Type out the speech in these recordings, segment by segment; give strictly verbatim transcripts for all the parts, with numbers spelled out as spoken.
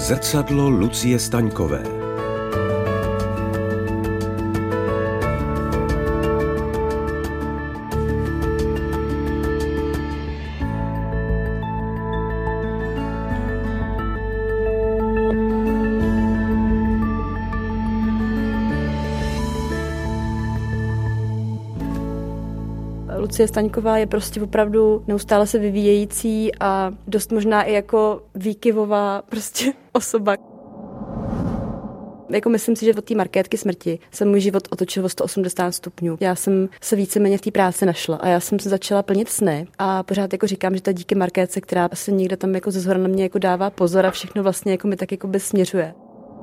Zrcadlo Lucie Staňkové. Lucie Staňková je prostě opravdu neustále se vyvíjející a dost možná i jako výkyvová prostě osoba. Jako myslím si, že od té markétky smrti se můj život otočil o sto osmdesát stupňů. Já jsem se víceméně v té práci našla a já jsem se začala plnit sny a pořád jako říkám, že to díky markétce, která se někde tam jako ze zhora na mě jako dává pozor a všechno vlastně jako mi tak jako by směřuje.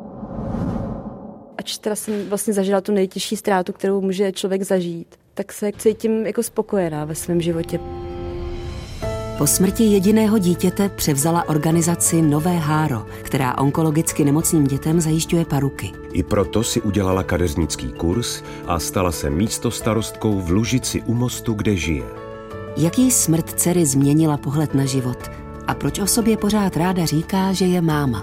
Ač teda jsem vlastně zažila tu nejtěžší ztrátu, kterou může člověk zažít, tak se cítím jako spokojená ve svém životě. Po smrti jediného dítěte převzala organizaci Nové Háro, která onkologicky nemocným dětem zajišťuje paruky. I proto si udělala kadeřnický kurz a stala se místostarostkou v Lužici u Mostu, kde žije. Jaký smrt dcery změnila pohled na život a proč o sobě pořád ráda říká, že je máma?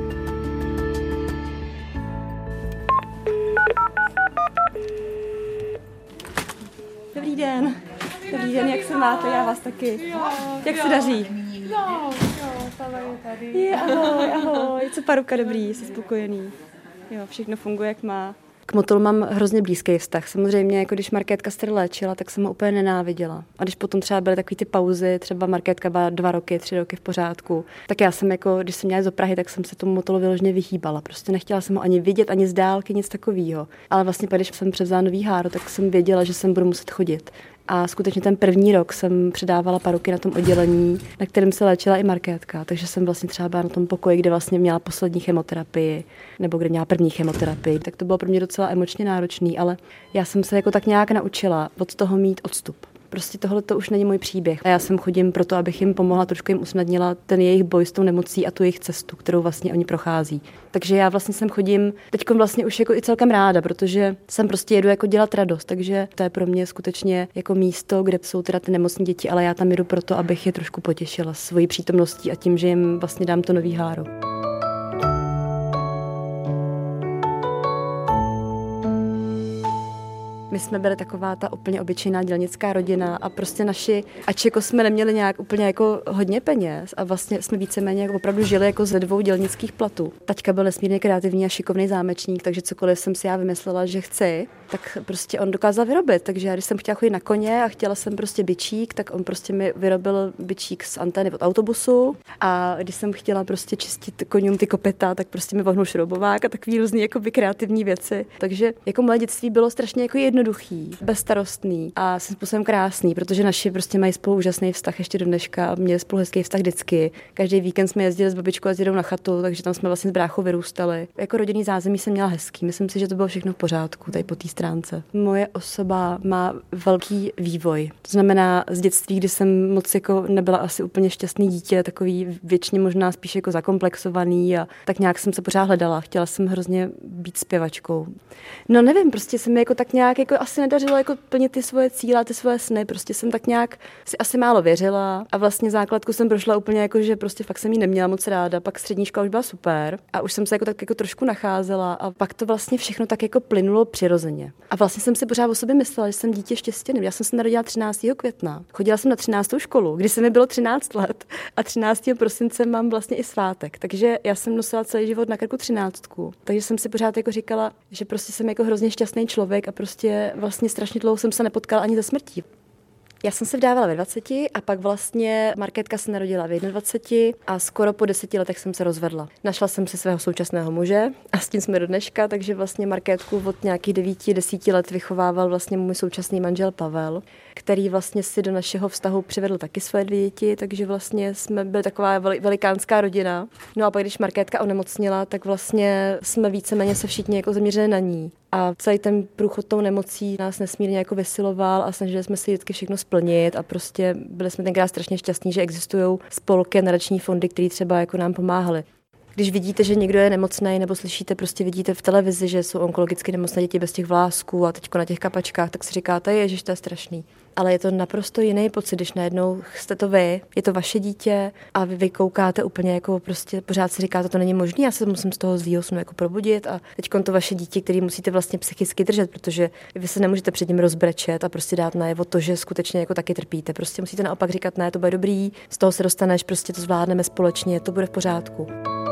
Dobrý den. Dobrý den, jak se máte? Já vás taky. Jo, jak jo. se daří? No, jo, Pavla je tady. Je, ahoj, ahoj. Co paruka dobrý, jsi spokojený. Jo, všechno funguje, jak má. K motolu mám hrozně blízký vztah. Samozřejmě, jako když Markétka se léčila, tak jsem ho úplně nenáviděla. A když potom třeba byly takové ty pauzy, třeba Markétka byla dva roky, tři roky v pořádku, tak já jsem jako, když jsem měla jít do Prahy, tak jsem se tomu motolu vyloženě vyhýbala. Prostě nechtěla jsem ho ani vidět, ani z dálky, nic takového. Ale vlastně, když jsem převzala Nový Háro, tak jsem věděla, že jsem budu muset chodit. A skutečně ten první rok jsem předávala paruky na tom oddělení, na kterém se léčila i Markétka. Takže jsem vlastně třeba byla na tom pokoji, kde vlastně měla poslední chemoterapii, nebo kde měla první chemoterapii. Tak to bylo pro mě docela emočně náročný, ale já jsem se jako tak nějak naučila od toho mít odstup. Prostě tohle to už není můj příběh. A já sem chodím proto, abych jim pomohla, trošku jim usnadnila ten jejich boj s tou nemocí a tu jejich cestu, kterou vlastně oni prochází. Takže já vlastně sem chodím teďkom vlastně už jako i celkem ráda, protože sem prostě jedu jako dělat radost, takže to je pro mě skutečně jako místo, kde jsou teda ty nemocní děti, ale já tam jedu proto, abych je trošku potěšila svojí přítomností a tím, že jim vlastně dám to Nový Háro. My jsme byli taková ta úplně obyčejná dělnická rodina a prostě naši, ač jako jsme neměli nějak úplně jako hodně peněz a vlastně jsme víceméně jako opravdu žili jako ze dvou dělnických platů. Taťka byl nesmírně kreativní a šikovný zámečník, takže cokoliv jsem si já vymyslela, že chci, tak prostě on dokázal vyrobit. Takže já, když jsem chtěla chodit na koně a chtěla jsem prostě bičík, tak on prostě mi vyrobil bičík z antény od autobusu a když jsem chtěla prostě čistit koňům ty kopyta, tak prostě mi vohnul šroubovák a takový různý jako kreativní věci. Takže jako moje dětství bylo strašně jako jedno jednoduchý, bezstarostný a svým způsobem krásný, protože naši prostě mají spolu úžasný vztah ještě do dneška a měli spolu hezký vztah vždycky. Každý víkend jsme jezdili s babičkou a s dědou na chatu, takže tam jsme vlastně s bráchou vyrůstali. Jako rodinný zázemí jsem měla hezký. Myslím si, že to bylo všechno v pořádku tady po té stránce. Moje osoba má velký vývoj. To znamená z dětství, kdy jsem moc jako nebyla asi úplně šťastný dítě, takový věčně možná spíš jako zakomplexovaný a tak nějak jsem se pořád hledala. Chtěla jsem hrozně být zpěvačkou. No nevím, prostě jsem jako tak nějak jako asi nedařilo jako plnit ty svoje cíle, ty svoje sny. Prostě jsem tak nějak si asi málo věřila a vlastně základku jsem prošla úplně jako, že prostě fakt jsem jí neměla moc ráda. Pak střední škola už byla super a už jsem se jako tak jako trošku nacházela a pak to vlastně všechno tak jako plynulo přirozeně. A vlastně jsem si pořád o sobě myslela, že jsem dítě štěstěným. Já jsem se narodila třináctého května. Chodila jsem na třináctou školu, kdy se mi bylo třináct let a třináctého prosince mám vlastně i svátek. Takže já jsem nosila celý život na krku třináctku. Takže jsem si pořád jako říkala, že prostě jsem jako hrozně šťastný člověk a prostě vlastně strašně dlouho jsem se nepotkala ani ze smrtí. Já jsem se vdávala ve dvaceti a pak vlastně Markétka se narodila v dvaceti jedné a skoro po deseti letech jsem se rozvedla. Našla jsem si svého současného muže a s tím jsme do dneška, takže vlastně Markétku od nějakých devíti, desíti let vychovával vlastně můj současný manžel Pavel, který vlastně si do našeho vztahu přivedl taky své dvě děti, takže vlastně jsme byli taková velikánská rodina. No a pak když Markétka onemocnila, tak vlastně jsme víceméně se všichni jako zaměřili na ní. A celý ten průchod tou nemocí nás nesmírně jako vysiloval a snažili jsme si vždycky všechno splnit a prostě byli jsme tenkrát strašně šťastní, že existují spolky a nadační fondy, které třeba jako nám pomáhaly. Když vidíte, že někdo je nemocný, nebo slyšíte, prostě vidíte v televizi, že jsou onkologicky nemocné děti bez těch vlásků a teďko na těch kapačkách, tak si říkáte, ježiš, to je strašný. ale je to naprosto jiný pocit, když najednou jste to vy, je to vaše dítě a vy, vy koukáte úplně jako prostě pořád si říkáte, to není možné, já se musím z toho zlýho snu jako probudit a teď to vaše dítě, který musíte vlastně psychicky držet, protože vy se nemůžete před ním rozbrečet a prostě dát najevo to, že skutečně jako taky trpíte. Prostě musíte naopak říkat, ne, to bude dobrý, z toho se dostaneš, prostě to zvládneme společně, to bude v pořádku.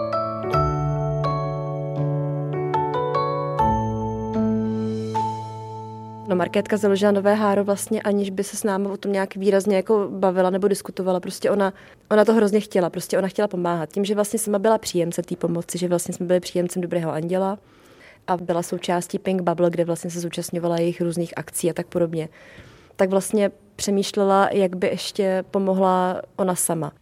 No, Markétka založila Nové Háro vlastně, aniž by se s námi o tom nějak výrazně jako bavila nebo diskutovala. Prostě ona, ona to hrozně chtěla, prostě ona chtěla pomáhat. Tím, že vlastně sama byla příjemce té pomoci, že vlastně jsme byli příjemcem Dobrého anděla a byla součástí Pink Bubble, kde vlastně se zúčastňovala jejich různých akcí a tak podobně. Tak vlastně přemýšlela, jak by ještě pomohla ona sama.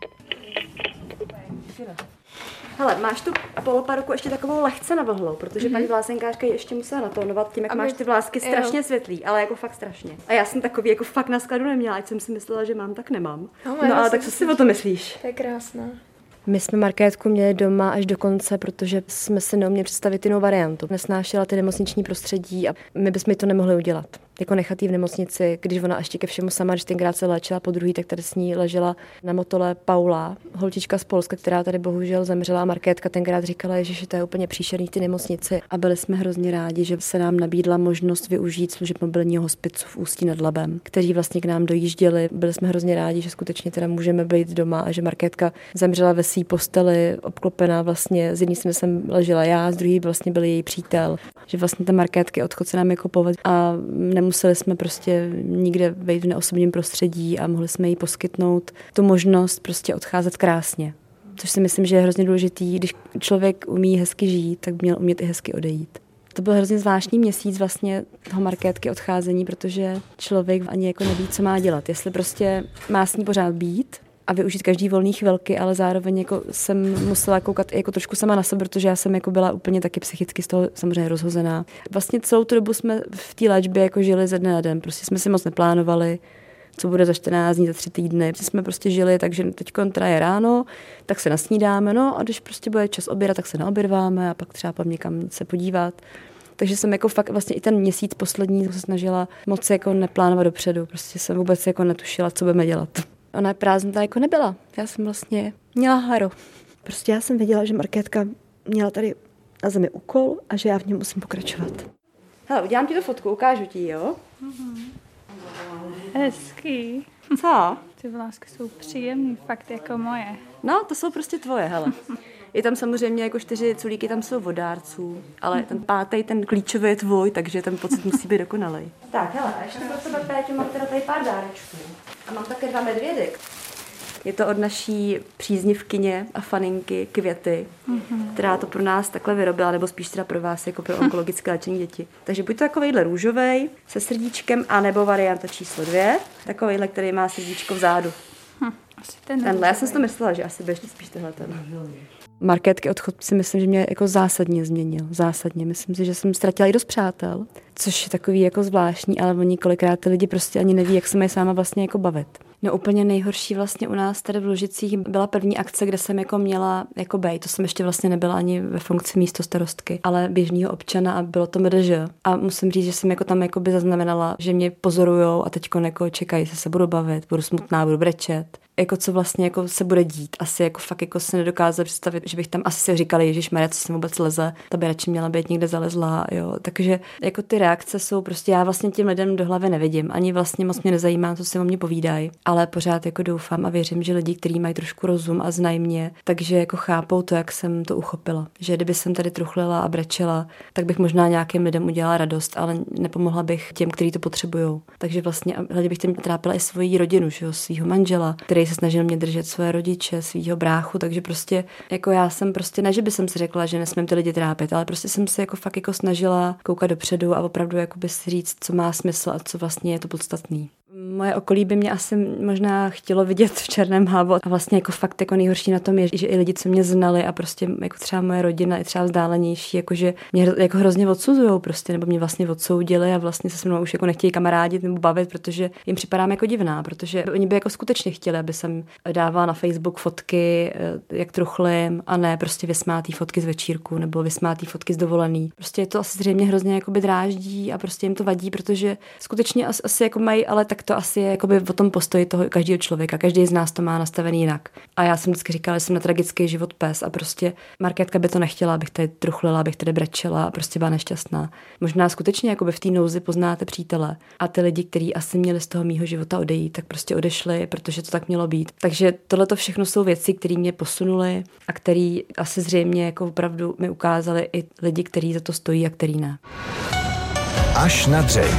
Hele, máš tu poloparuku ještě takovou lehce navlhlou, protože mm-hmm. paní vlásenkářka ji ještě musela natónovat tím, jak a máš ty vlásky strašně jo. světlý, ale jako fakt strašně. A já jsem takový jako fakt na skladu neměla, ať jsem si myslela, že mám, tak nemám. No, no ale tak co si o to myslíš? To je krásná. My jsme Markétku měli doma až do konce, protože jsme si neuměli představit jinou variantu. Nesnášela ty nemocniční prostředí a my bychom to nemohli udělat. Jako nechat jí v nemocnici, když ona ještě ke všemu sama, když tenkrát se léčila po druhý, tak tady s ní ležela na motole Paula, holčička z Polska, která tady bohužel zemřela a Markétka tenkrát říkala, že to je úplně příšerný ty nemocnici a byli jsme hrozně rádi, že se nám nabídla možnost využít služeb mobilního hospicu v Ústí nad Labem, kteří vlastně k nám dojížděli. Byli jsme hrozně rádi, že skutečně teda můžeme být doma a že Markétka zemřela ve své posteli, obklopená vlastně, z jedné strany jsem ležela já, z druhé vlastně byl její přítel. Že vlastně ta Markétky odchod se nám jako povedl a nemuseli jsme prostě nikde vejít v neosobním prostředí a mohli jsme jí poskytnout tu možnost prostě odcházet krásně. Což si myslím, že je hrozně důležitý, když člověk umí hezky žít, tak by měl umět i hezky odejít. To byl hrozně zvláštní měsíc vlastně toho Markétky odcházení, protože člověk ani jako neví, co má dělat. Jestli prostě má s ní pořád být a využít každý volný chvilky, ale zároveň jako jsem musela koukat jako trošku sama na sebe, protože já jsem jako byla úplně taky psychicky z toho samozřejmě rozhozená. Vlastně celou tu dobu jsme v té léčbě jako žili ze dne na den. Prostě jsme si moc neplánovali, co bude za čtrnáct dní, za tři týdny. Jsme prostě žili, takže teď kontra je ráno, tak se nasnídáme, no a když prostě bude čas oběda, tak se naobědváme a pak třeba půjdeme někam se podívat. Takže jsem jako fakt vlastně i ten měsíc poslední se snažila moc jako neplánovat dopředu. Prostě jsem vůbec jako netušila, co budeme dělat. Ona prázdnota jako nebyla. Já jsem vlastně měla Haro. Prostě já jsem věděla, že Markétka měla tady na zemi úkol a že já v něm musím pokračovat. Hele, udělám ti tu fotku, ukážu ti, jo? Mm-hmm. Hezký. Co? Ty vlásky jsou příjemný, fakt jako moje. No, to jsou prostě tvoje, hele. Je tam samozřejmě jako čtyři culíky, tam jsou vodárců, ale ten pátý, ten klíčový je tvůj, takže ten pocit musí být dokonalej. Tak, hele, a ještě pro tebe, Péťo, mám teda tady pár dárečků. A mám také dva medvědy. Je to od naší příznivkyně a faninky Květy, mm-hmm. která to pro nás takhle vyrobila, nebo spíš teda pro vás jako pro onkologické léčení dětí. Takže buď to takovejhle růžovej se srdíčkem, anebo varianta číslo dvě, takovejhle, který má srdíčko vzadu. Hm, asi ten Tenhle, já jsem si to myslela, že asi budeš spíš tohle ten. Markétky odchod si myslím, že mě jako zásadně změnil. Zásadně. Myslím si, že jsem ztratila i dost přátel, což je takový jako zvláštní, ale oni kolikrát ty lidi prostě ani neví, jak se mají sama vlastně jako bavit. No úplně nejhorší vlastně u nás tady v Lužicích byla první akce, kde jsem jako měla jako bej. To jsem ještě vlastně nebyla ani ve funkci místostarostky, ale běžného občana a bylo to M D Ž. A musím říct, že jsem jako tam jako by zaznamenala, že mě pozorujou a teďko jako čekají, že se budu bavit, budu smutná, budu brečet. Jako co vlastně jako se bude dít. Asi jako fakt jako se nedokázala představit, že bych tam asi si říkali, ježišmarja, co jsem vůbec leze, ta by radši měla být někde zalezlá, jo. Takže jako ty reakce jsou prostě, já vlastně těm lidem do hlavy nevidím, ani vlastně moc mě nezajímá, co si o mě povídají, ale pořád jako doufám a věřím, že lidi, kteří mají trošku rozum a znají mě, takže jako chápou to, jak jsem to uchopila. Že kdyby jsem tady truchlila a brečela, tak bych možná nějakým lidem udělala radost, ale nepomohla bych těm, kteří to potřebují. Takže vlastně hlavně bych tím trápila i svoji rodinu, že jo, svého manžela, který se snažil mě držet své rodiče, svýho bráchu, takže prostě jako já jsem prostě, ne, že by jsem si řekla, že nesmím ty lidi trápit, ale prostě jsem se jako fakt jako snažila koukat dopředu a opravdu jakoby si říct, co má smysl a co vlastně je to podstatný. Moje okolí by mě asi možná chtělo vidět v černém hávu a vlastně jako fakt jako nejhorší na tom je, že i lidi, co mě znali a prostě jako třeba moje rodina i třeba vzdálenější, jakože mě jako hrozně odsuzujou prostě, nebo mě vlastně odsoudili a vlastně se se mnou už jako nechtějí kamarádit nebo bavit, protože jim připadám jako divná, protože oni by jako skutečně chtěli, aby jsem dávala na Facebook fotky, jak truchlím a ne prostě vysmátý fotky z večírku nebo vysmátý fotky z dovolený. Prostě je to asi zřejmě hrozně jakoby dráždí a prostě jim to vadí, protože skutečně asi, asi jako mají, ale tak to to asi je jakoby o tom postoji toho každého člověka. Každý z nás to má nastavený jinak. A já jsem vždycky říkala, že jsem na tragický život pes a prostě Markétka by to nechtěla, abych tady truchlila, abych tady brečela a prostě byla nešťastná. Možná skutečně jakoby v té nouzi poznáte přítele a ty lidi, kteří asi měli z toho mýho života odejít, tak prostě odešli, protože to tak mělo být. Takže tohle to všechno jsou věci, které mě posunuly a které asi zřejmě jako opravdu mi ukázali i lidi, kteří za to stojí a který ne. Až na dřeň.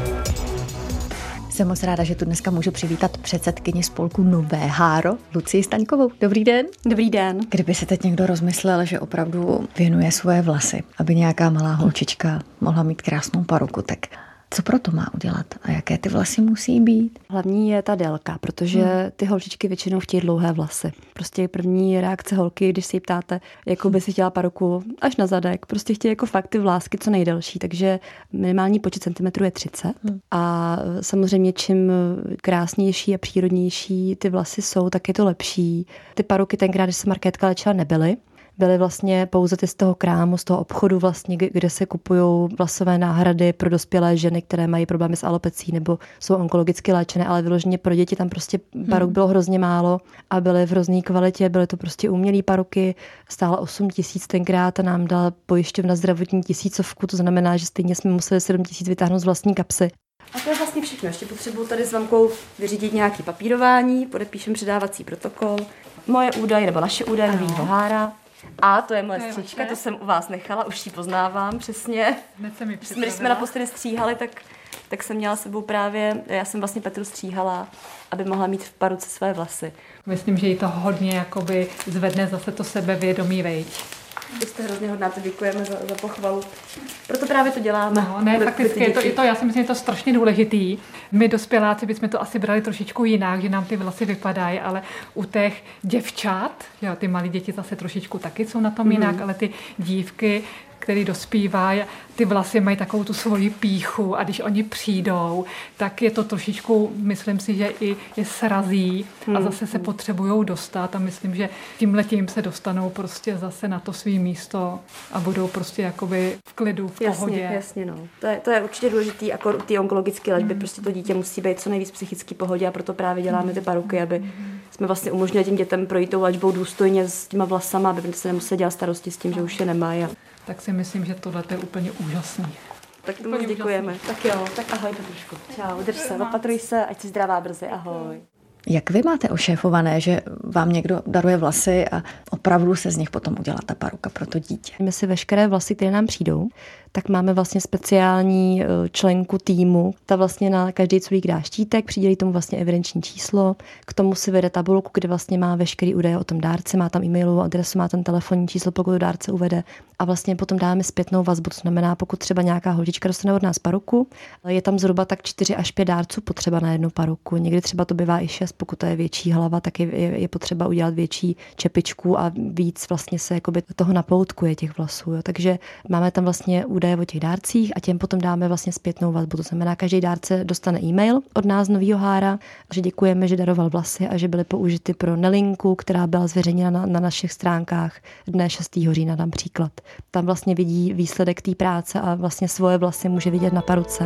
Jsem moc ráda, že tu dneska můžu přivítat předsedkyni spolku Nové Háro, Lucii Staňkovou. Dobrý den. Dobrý den. Kdyby se teď někdo rozmyslel, že opravdu věnuje svoje vlasy, aby nějaká malá holčička mohla mít krásnou paruku, tak co pro to má udělat a jaké ty vlasy musí být? Hlavní je ta délka, protože ty holčičky většinou chtějí dlouhé vlasy. Prostě první reakce holky, když si ji ptáte, jakou by si chtěla paruku, až na zadek, prostě chtějí jako fakt ty vlásky co nejdelší, takže minimální počet centimetrů je třicet. Hmm. A samozřejmě čím krásnější a přírodnější ty vlasy jsou, tak je to lepší. Ty paruky tenkrát, když se Markétka léčila, nebyly. Byly vlastně pouze ty z toho krámu, z toho obchodu vlastně, kde se kupují vlasové náhrady pro dospělé ženy, které mají problémy s alopecí nebo jsou onkologicky léčené, ale vyloženě pro děti tam prostě paruk bylo hrozně málo a byly v hrozné kvalitě, byly to prostě umělý paruky, stála osm tisíc tenkrát a nám dala pojišťovna zdravotní tisícovku, to znamená, že stejně jsme museli sedm tisíc vytáhnout z vlastní kapsy. A to je vlastně všechno. Ještě potřebuji tady s mamkou vyřídit nějaké papírování, podepíšem předávací protokol, moje údaje nebo naše údaje Nového Hára. A to je moje stříčka, to jsem u vás nechala, už ji poznávám přesně. Když jsme naposledy stříhali, tak, tak jsem měla s sebou právě, já jsem vlastně Petru stříhala, aby mohla mít v paruce své vlasy. Myslím, že jí to hodně jakoby zvedne zase to sebevědomí, vejď. Vy jste hrozně hodná, to děkujeme za, za pochvalu. Proto právě to děláme. No, ne, fakticky je to, je to, já si myslím, že je to strašně důležitý. My dospěláci bychom to asi brali trošičku jinak, že nám ty vlasy vypadají, ale u těch děvčat, jo, ty malí děti zase trošičku taky jsou na tom mm. jinak, ale ty dívky, který dospívají, ty vlasy mají takovou tu svoji pýchu a když oni přijdou, tak je to trošičku, myslím si, že i je srazí a hmm. zase se potřebujou dostat a myslím, že tímhletím se dostanou prostě zase na to svý místo a budou prostě jakoby v klidu, v jasně, pohodě. Jasně, no. To je, to je určitě důležitý, jako u té onkologické léčby, hmm. prostě to dítě musí být co nejvíc psychický pohodě a proto právě děláme ty paruky, aby jsme vlastně umožnili těm dětem projít tou léčbou důstojně s těma vlasama, aby se nemuseli dělat starosti s tím, že už je nemají. Tak si myslím, že tohle je úplně úžasný. Tak tomu děkujeme. Tak jo, tak ahoj Petrušku. Čau, drž se, opatruj se, ať jsi zdravá brzy, ahoj. Jak vy máte ošéfované, že vám někdo daruje vlasy a opravdu se z nich potom udělá ta paruka pro to dítě? My si veškeré vlasy, které nám přijdou, tak máme vlastně speciální členku týmu. Ta vlastně na každý culík dá štítek, přidělí tomu vlastně evidenční číslo, k tomu si vede tabulku, kde vlastně má veškerý údaje o tom dárci, má tam e-mailovou adresu, má tam telefonní číslo, pokud to dárce uvede a vlastně potom dáme zpětnou vazbu, to znamená, pokud třeba nějaká holčička dostane od nás paruku, je tam zhruba tak čtyři až pět dárců potřeba na jednu paruku. Někdy třeba to bývá i šest, pokud to je větší hlava, tak je, je, je potřeba udělat větší čepičku a víc vlastně se jakoby toho napoutkuje těch vlasů. Jo. Takže máme tam vlastně údaje o těch dárcích a těm potom dáme vlastně zpětnou vazbu. To znamená, každý dárce dostane e-mail od nás Nového Hára, že děkujeme, že daroval vlasy a že byly použity pro nelinku, která byla zveřejněna na, na našich stránkách dne šestého října například. Tam vlastně vidí výsledek té práce a vlastně svoje vlasy může vidět na paruce.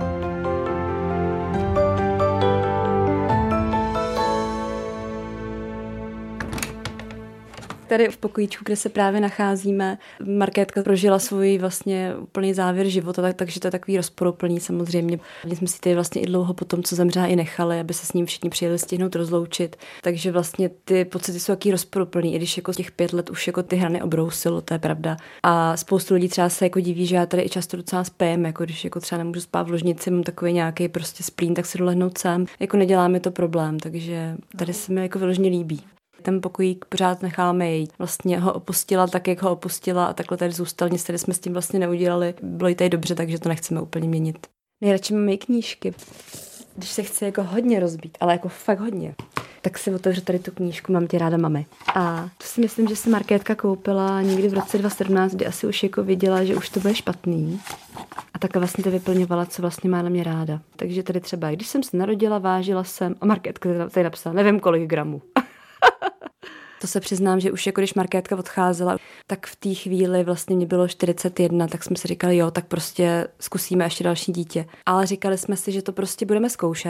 Tady v pokojíčku, kde se právě nacházíme, Markétka prožila svůj vlastně úplný závěr života, tak, takže to je takový rozporuplný samozřejmě. My jsme si tady vlastně i dlouho po tom, co zemřela, i nechali, aby se s ním všichni přijeli stihnout rozloučit. Takže vlastně ty pocity jsou taky rozporuplný, i když jako těch pět let už jako ty hrany obrousilo, to je pravda. A spoustu lidí třeba se jako diví, že já tady i často docela spím, jako když jako třeba nemůžu spát v ložnici, mám takový nějaký prostě splín, tak si dolehnout sem. Jako nedělá mi to problém, takže tady se mi jako vyloženě líbí. Ten pokojík pořád necháme jít. Vlastně ho opustila tak, jak ho opustila a takhle tady zůstal. Nic tady jsme s tím vlastně neudělali. Bylo jí tady dobře, takže to nechceme úplně měnit. Nejradši máme i knížky. Když se chce jako hodně rozbít, ale jako fakt hodně, tak si otevřu tady tu knížku Mám tě ráda, mami. A to si myslím, že si Markétka koupila někdy v roce dva tisíce sedmnáct, kdy asi už jako viděla, že už to bude špatný. A tak vlastně to vyplňovala, co vlastně má na mě ráda. Takže tady třeba, když jsem se narodila, vážila jsem, a Markétka tady napsala, nevím kolik gramů. To se přiznám, že už jako když Markétka odcházela, tak v té chvíli vlastně mě bylo čtyřicet jedna, tak jsme si říkali, jo, tak prostě zkusíme ještě další dítě. Ale říkali jsme si, že to prostě budeme zkoušet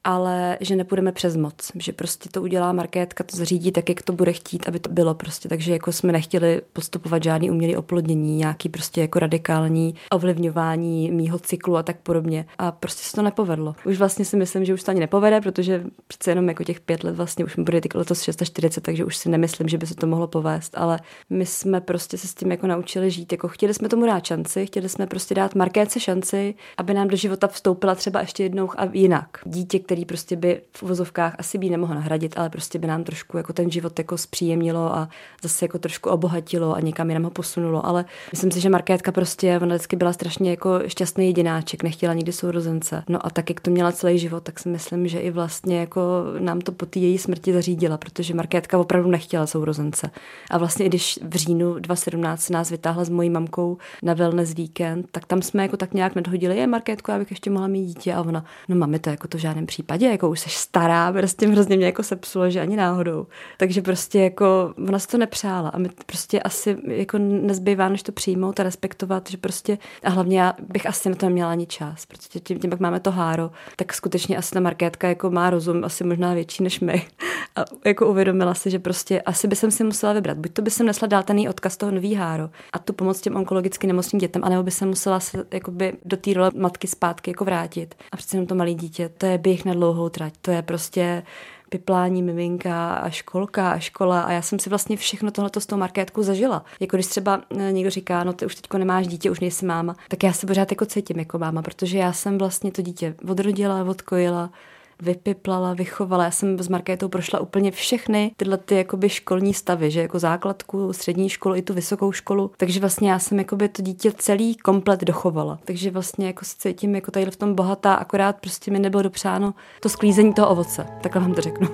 ale že nepůjdeme přes moc, že prostě to udělá Markétka, to zařídí tak, jak to bude chtít, aby to bylo prostě. Takže jako jsme nechtěli postupovat žádný umělý oplodnění, nějaký prostě jako radikální ovlivňování mýho cyklu a tak podobně. A prostě se to nepovedlo. Už vlastně si myslím, že už to ani nepovede, protože přece jenom jako těch pět let vlastně už mi bude letos čtyřicet šest, takže už si nemyslím, že by se to mohlo povést, ale my jsme prostě se s tím jako naučili žít. Jako chtěli jsme tomu dát šanci, chtěli jsme prostě dát Markétce šanci, aby nám do života vstoupila třeba ještě jednou a jinak. Dítě, který prostě by v uvozovkách asi by nemohlo nahradit, ale prostě by nám trošku jako ten život jako zpříjemnilo a zase jako trošku obohatilo a někam jinam ho posunulo, ale myslím si, že Markétka prostě ona vždycky byla strašně jako šťastný jedináček, nechtěla nikdy sourozence. No a tak, jak to měla celý život, tak si myslím, že i vlastně jako nám to po té její smrti zařídila, protože Markétka opravdu nechtěla sourozence. A vlastně i když v říjnu dva tisíce sedmnáct nás vytáhla s mojí mamkou na wellness víkend, tak tam jsme jako tak nějak nadhodili, je Markétko, abych ještě mohla mít dítě, a ona, no mami, to jako to v žádném případě, jako už seš stará, prostě hrozně mě jako sepsulo, že ani náhodou. Takže prostě jako ona se to nepřála a my prostě asi jako nezbývá, než to přijmout a respektovat, že prostě a hlavně já bych asi na to neměla ani čas, protože tím, tím jak máme to háro, tak skutečně asi ta Markétka jako má rozum asi možná větší než my. A jako uvědomila si, že prostě asi by jsem si musela vybrat. Buď to by jsem nesla dál ten odkaz toho nový háro a tu pomoc těm onkologicky nemocným dětem, anebo by jsem musela se jakoby do té role matky zpátky jako vrátit. A přece jenom to malé dítě, to je běh na dlouhou trať, to je prostě piplání, miminka a školka a škola a já jsem si vlastně všechno tohleto s tou Markétkou zažila. Jako když třeba někdo říká, no ty už teďko nemáš dítě, už nejsi máma, tak já se pořád jako cítím jako máma, protože já jsem vlastně to dítě odrodila, odkojila, vypiplala, vychovala. Já jsem s Markétou prošla úplně všechny tyhle ty jakoby školní stavy, že jako základku, střední školu i tu vysokou školu. Takže vlastně já jsem jakoby to dítě celý komplet dochovala. Takže vlastně jako se cítím jako tady v tom bohatá, akorát prostě mi nebylo dopřáno to sklízení toho ovoce. Takhle vám to řeknu.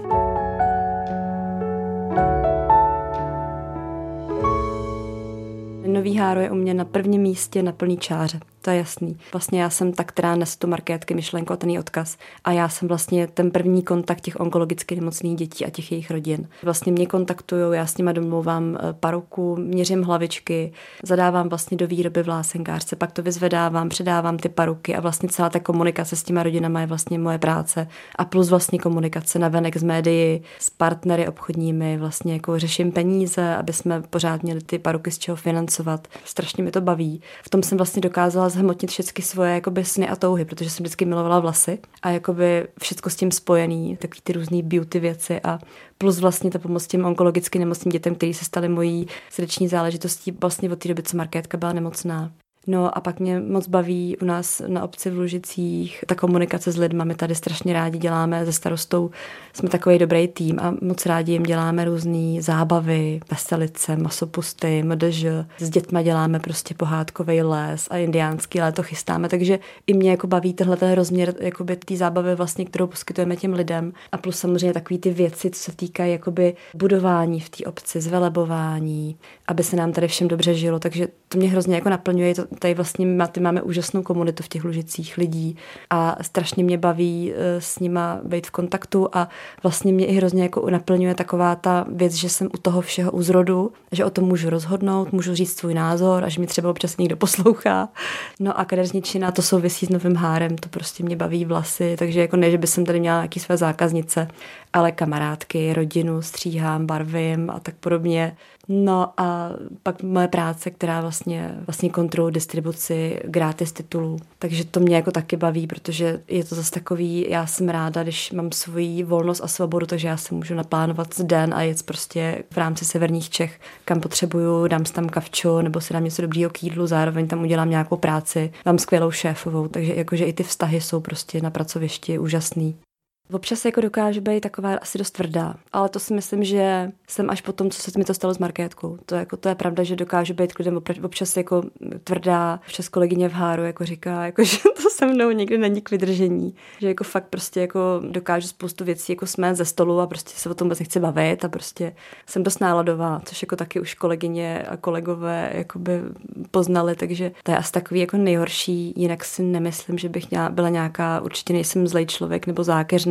Nový háro je u mě na prvním místě na plný čáře. To je jasný. Vlastně já jsem ta, která nese tu Markétky myšlenku a ten její odkaz. A já jsem vlastně ten první kontakt těch onkologicky nemocných dětí a těch jejich rodin. Vlastně mě kontaktujou, já s nima domlouvám paruku, měřím hlavičky, zadávám vlastně do výroby v lásenkárce, pak to vyzvedávám, předávám ty paruky a vlastně celá ta komunikace s těma rodinama je vlastně moje práce. A plus vlastně komunikace navenek s médii, s partnery obchodními, vlastně jako řeším peníze, aby jsme pořád měli ty paruky z čeho financovat. Strašně mi to baví. V tom jsem vlastně dokázala zhmotnit všechny svoje jakoby sny a touhy, protože jsem vždycky milovala vlasy a jakoby všechno s tím spojený, takový ty různý beauty věci a plus vlastně ta pomoc těm onkologicky nemocným dětem, kteří se staly mojí srdeční záležitostí vlastně od té doby, co Markétka byla nemocná. No a pak mě moc baví u nás na obci v Lužicích ta komunikace s lidmi. My tady strašně rádi děláme se starostou, jsme takový dobrý tým a moc rádi jim děláme různé zábavy, veselice, masopusty, mdž. S dětma děláme prostě pohádkový les a indiánský léto chystáme, takže i mě jako baví tenhle ten rozměr jakoby té zábavy vlastně, kterou poskytujeme těm lidem. A plus samozřejmě takový ty věci, co se týkají jakoby budování v té obci, zvelebování, aby se nám tady všem dobře žilo, takže to mě hrozně jako naplňuje. To, tady vlastně ty máme úžasnou komunitu v těch Lužicích lidí a strašně mě baví s nima být v kontaktu a vlastně mě i hrozně jako naplňuje taková ta věc, že jsem u toho všeho u zrodu, že o tom můžu rozhodnout, můžu říct svůj názor a že mi třeba občas někdo poslouchá. No a kadeřničina, to souvisí s novým hárem, to prostě mě baví vlasy, takže jako ne, že by jsem tady měla nějaký své zákaznice, ale kamarádky, rodinu, stříhám, barvím a tak podobně. No a pak moje práce, která vlastně, vlastně kontroluje distribuci gratis titulů. Takže to mě jako taky baví, protože je to zase takový, já jsem ráda, když mám svoji volnost a svobodu, takže já si můžu naplánovat den a jet prostě v rámci severních Čech, kam potřebuju, dám si tam kavčo nebo si dám něco dobrýho k jídlu, zároveň tam udělám nějakou práci, mám skvělou šéfovou, takže jakože i ty vztahy jsou prostě na pracovišti úžasný. Občas jako dokážu být taková asi dost tvrdá, ale to si myslím, že jsem až po tom, co se mi to stalo s Markétkou. To, jako, to je pravda, že dokážu být k lidem občas jako tvrdá. Občas kolegyně v háru jako říká, jako, že to se mnou nikdy není k vydržení. Že jako fakt prostě jako dokážu spoustu věcí jako smést ze stolu a prostě se o tom vůbec nechci bavit a prostě jsem dost náladová, což jako taky už kolegyně a kolegové jakoby poznali, takže to je asi takový jako nejhorší. Jinak si nemyslím, že bych byla nějaká, určitě nejsem zlej člověk nebo zákeřnej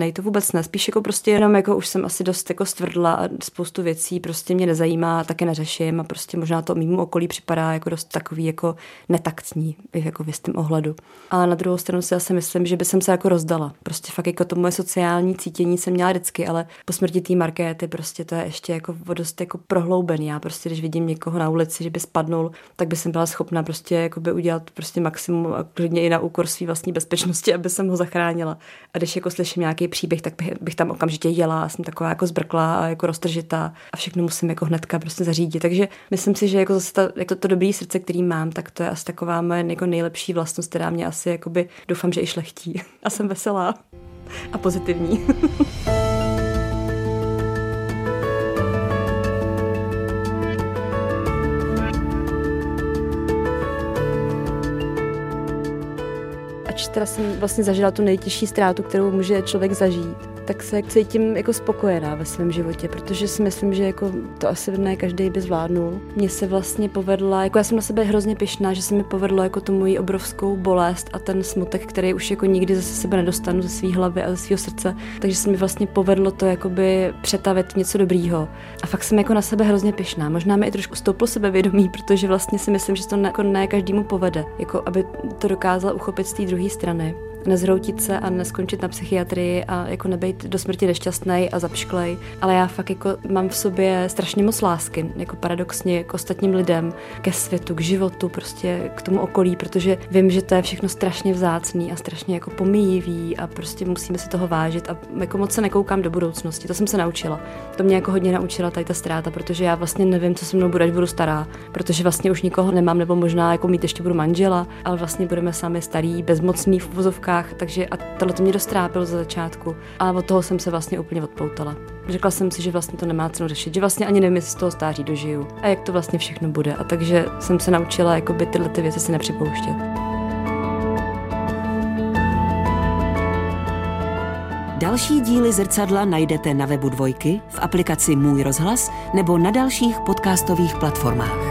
smutnej, to vůbec ne, spíš jako prostě jenom jako už jsem asi dost jako stvrdla a spoustu věcí prostě mě nezajímá, taky neřeším a prostě možná to mýmu okolí připadá jako dost takový jako netaktní, jako v jistém ohledu. A na druhou stranu si asi myslím, že by jsem se jako rozdala. Prostě fakt jako to moje sociální cítění jsem měla vždycky, ale po smrti té Markéty prostě to je ještě jako dost jako prohloubený. Já prostě, když vidím někoho na ulici, že by spadnul, tak by jsem byla schopná prostě jako by udělat prostě maximum a klidně i na úkor své vlastní bezpečnosti, aby jsem ho zachránila. A když jako slyším nějaký příběh, tak bych, bych tam okamžitě jela a jsem taková jako zbrklá a jako roztržitá a všechno musím jako hnedka prostě zařídit. Takže myslím si, že jako zase ta, jako to dobrý srdce, který mám, tak to je asi taková moje jako nejlepší vlastnost, která mě asi jakoby doufám, že i šlechtí. A jsem veselá a pozitivní. Ač teda jsem vlastně zažila tu nejtěžší ztrátu, kterou může člověk zažít, tak se cítím jako spokojená ve svém životě, protože si myslím, že jako to asi ne každý by zvládnul. Mně se vlastně povedla, jako já jsem na sebe hrozně pyšná, že se mi povedlo jako tu moji obrovskou bolest a ten smutek, který už jako nikdy ze sebe nedostanu, ze svý hlavy a ze svého srdce, takže se mi vlastně povedlo to jakoby přetavit v něco dobrýho. A fakt jsem jako na sebe hrozně pyšná. Možná mi i trošku stouplo sebevědomí, protože vlastně si myslím, že to ne, jako ne každému povede, jako aby to dokázala uchopit z té druhé strany. Nezhroutit se a neskončit na psychiatrii a jako nebejt do smrti nešťastnej a zapšklej, ale já fakt jako mám v sobě strašně moc lásky, jako paradoxně k ostatním lidem, ke světu, k životu, prostě k tomu okolí, protože vím, že to je všechno strašně vzácný a strašně jako pomíjivý a prostě musíme si toho vážit a jako moc se nekoukám do budoucnosti, to jsem se naučila. To mě jako hodně naučila tady ta ztráta, protože já vlastně nevím, co se mnou bude, až budu stará, protože vlastně už nikoho nemám, nebo možná jako mít ještě budu manžela, ale vlastně budeme sami starý, bezmocný v uvozovkách. Takže a tohle to mě dost trápilo za začátku. A od toho jsem se vlastně úplně odpoutala. Řekla jsem si, že vlastně to nemá cenu řešit, že vlastně ani nevím, jestli z toho stáří dožiju a jak to vlastně všechno bude. A takže jsem se naučila jakoby tyhle ty věci si nepřipouštět. Další díly Zrcadla najdete na webu Dvojky, v aplikaci Můj rozhlas nebo na dalších podcastových platformách.